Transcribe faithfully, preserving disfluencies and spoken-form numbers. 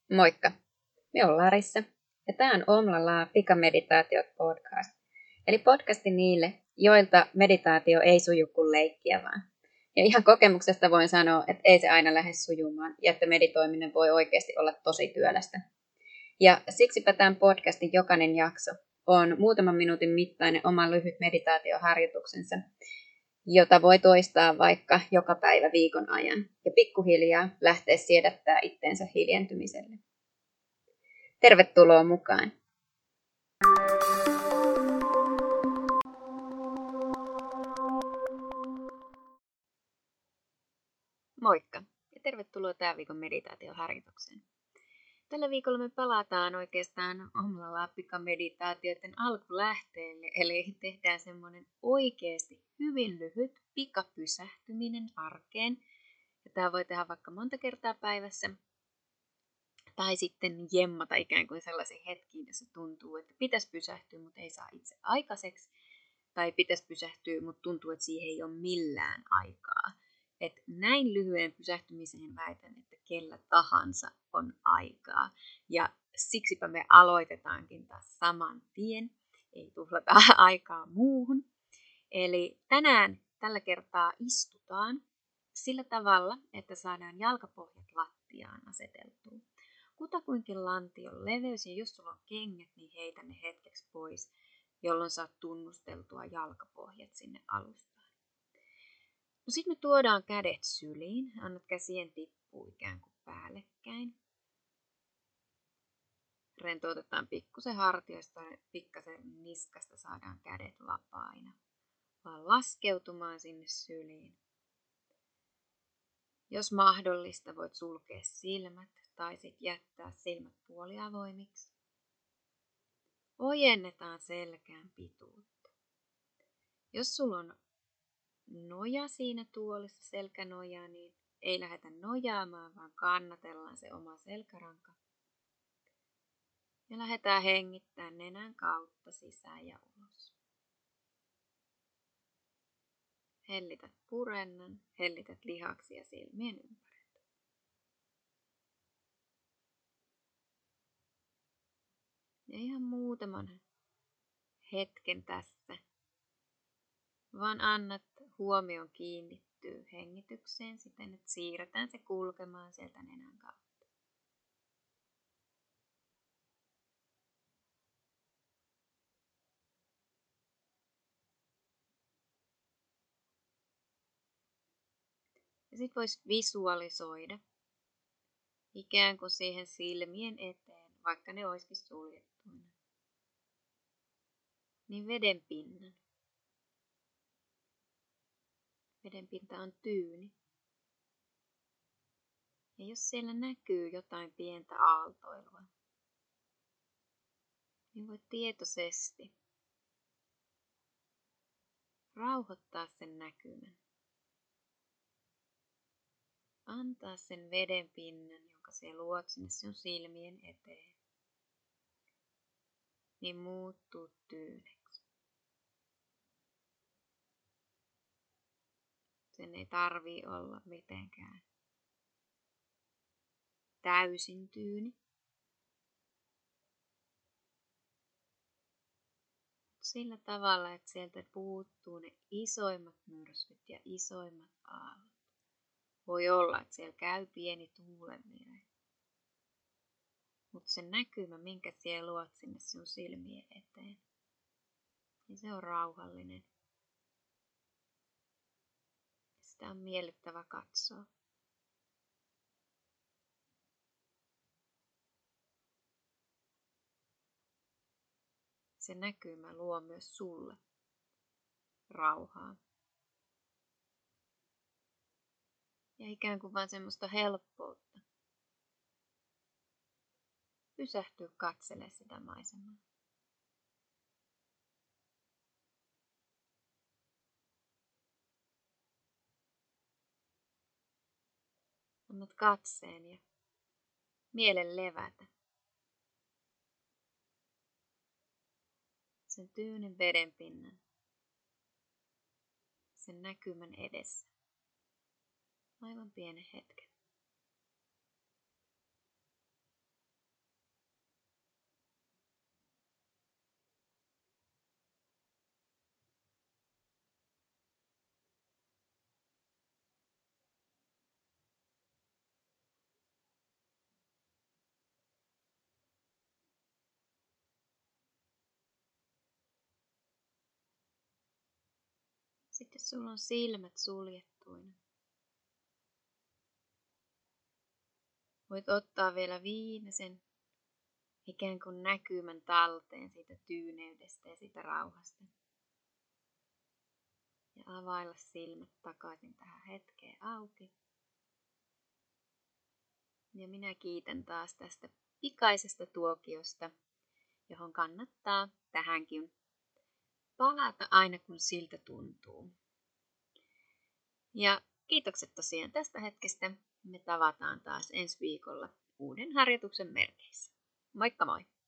Moikka! Me on Larissa ja tämä on Omlalaa Pikameditaatiot podcast. Eli podcasti niille, joilta meditaatio ei suju kuin leikkiä vaan. Ja ihan kokemuksesta voin sanoa, että ei se aina lähde sujumaan ja että meditoiminen voi oikeasti olla tosi työlästä. Ja siksipä tämän podcastin jokainen jakso on muutaman minuutin mittainen oma lyhyt meditaatioharjoituksensa, jota voi toistaa vaikka joka päivä viikon ajan ja pikkuhiljaa lähteä siedättää itteensä hiljentymiselle. Tervetuloa mukaan! Moikka ja tervetuloa tämän viikon meditaatioharjoitukseen. Tällä viikolla me palataan oikeastaan Omlalaa Pikameditaatioiden alkulähteelle, eli tehdään semmoinen oikeasti hyvin lyhyt pikapysähtyminen arkeen. Ja tämä voi tehdä vaikka monta kertaa päivässä. Tai sitten jemmata ikään kuin sellaisiin hetkiin, jossa tuntuu, että pitäisi pysähtyä, mutta ei saa itse aikaiseksi. Tai pitäisi pysähtyä, mutta tuntuu, että siihen ei ole millään aikaa. Et näin lyhyen pysähtymiseen väitän, että kellä tahansa on aikaa. Ja siksipä me aloitetaankin taas saman tien. Ei tuhlata aikaa muuhun. Eli tänään tällä kertaa istutaan sillä tavalla, että saadaan jalkapohjat lattiaan aseteltua. Kutakuinkin lantion leveys, ja jos sulla on kengät, niin heitä ne hetkeksi pois, jolloin saat tunnusteltua jalkapohjat sinne alustaan. No sitten me tuodaan kädet syliin, annat käsien tippua ikään kuin päällekkäin. Rentoutetaan pikkusen hartioista ja pikkasen niskasta, saadaan kädet vapaina. Vaan laskeutumaan sinne syliin. Jos mahdollista, voit sulkea silmät tai sitten jättää silmät puoliavoimiksi. Ojennetaan selkään pituutta. Jos sulla on noja siinä tuolissa, selkänoja, niin ei lähdetä nojaamaan, vaan kannatellaan se oma selkäranka. Ja lähdetään hengittämään nenän kautta sisään ja ulos. Hellität purennan, hellität lihaksia silmien ympäriltä. Ja ihan muutaman hetken tässä, vaan annat huomion kiinnittyä hengitykseen siten, että siirretään se kulkemaan sieltä nenän kautta. Ja sit vois visualisoida ikään kuin siihen silmien eteen, vaikka ne olisikin suljettuina, niin veden pinnan. Veden pinta on tyyni. Ja jos siellä näkyy jotain pientä aaltoilua, niin voit tietoisesti rauhoittaa sen näkymän. Antaa sen veden pinnan, jonka se luot sinne sun silmien eteen, niin muuttuu tyyneksi. Sen ei tarvii olla mitenkään täysin tyyni. Sillä tavalla, että sieltä puuttuu ne isoimmat myrskyt ja isoimmat aallot. Voi olla, että siellä käy pieni tuulenvire. Mutta se näkymä, minkä siellä luot sinne sun silmien eteen, niin se on rauhallinen. Sitä on miellyttävä katsoa. Se näkymä luo myös sulle rauhaa. Ja ikään kuin vain semmoista helppoutta. Pysähtyä katselemaan sitä maisemaa. Annat katseen ja mielen levätä. Sen tyynen vedenpinnan. Sen näkymän edessä. Aivan pienen hetken. Sitten sulla on silmät suljettuina. Voit ottaa vielä viimeisen ikään kuin näkymän talteen siitä tyyneydestä ja siitä rauhasta. Ja availla silmät takaisin tähän hetkeen auki. Ja minä kiitän taas tästä pikaisesta tuokiosta, johon kannattaa tähänkin palata aina kun siltä tuntuu. Ja kiitokset tosiaan tästä hetkestä. Me tavataan taas ensi viikolla uuden harjoituksen merkeissä. Moikka moi!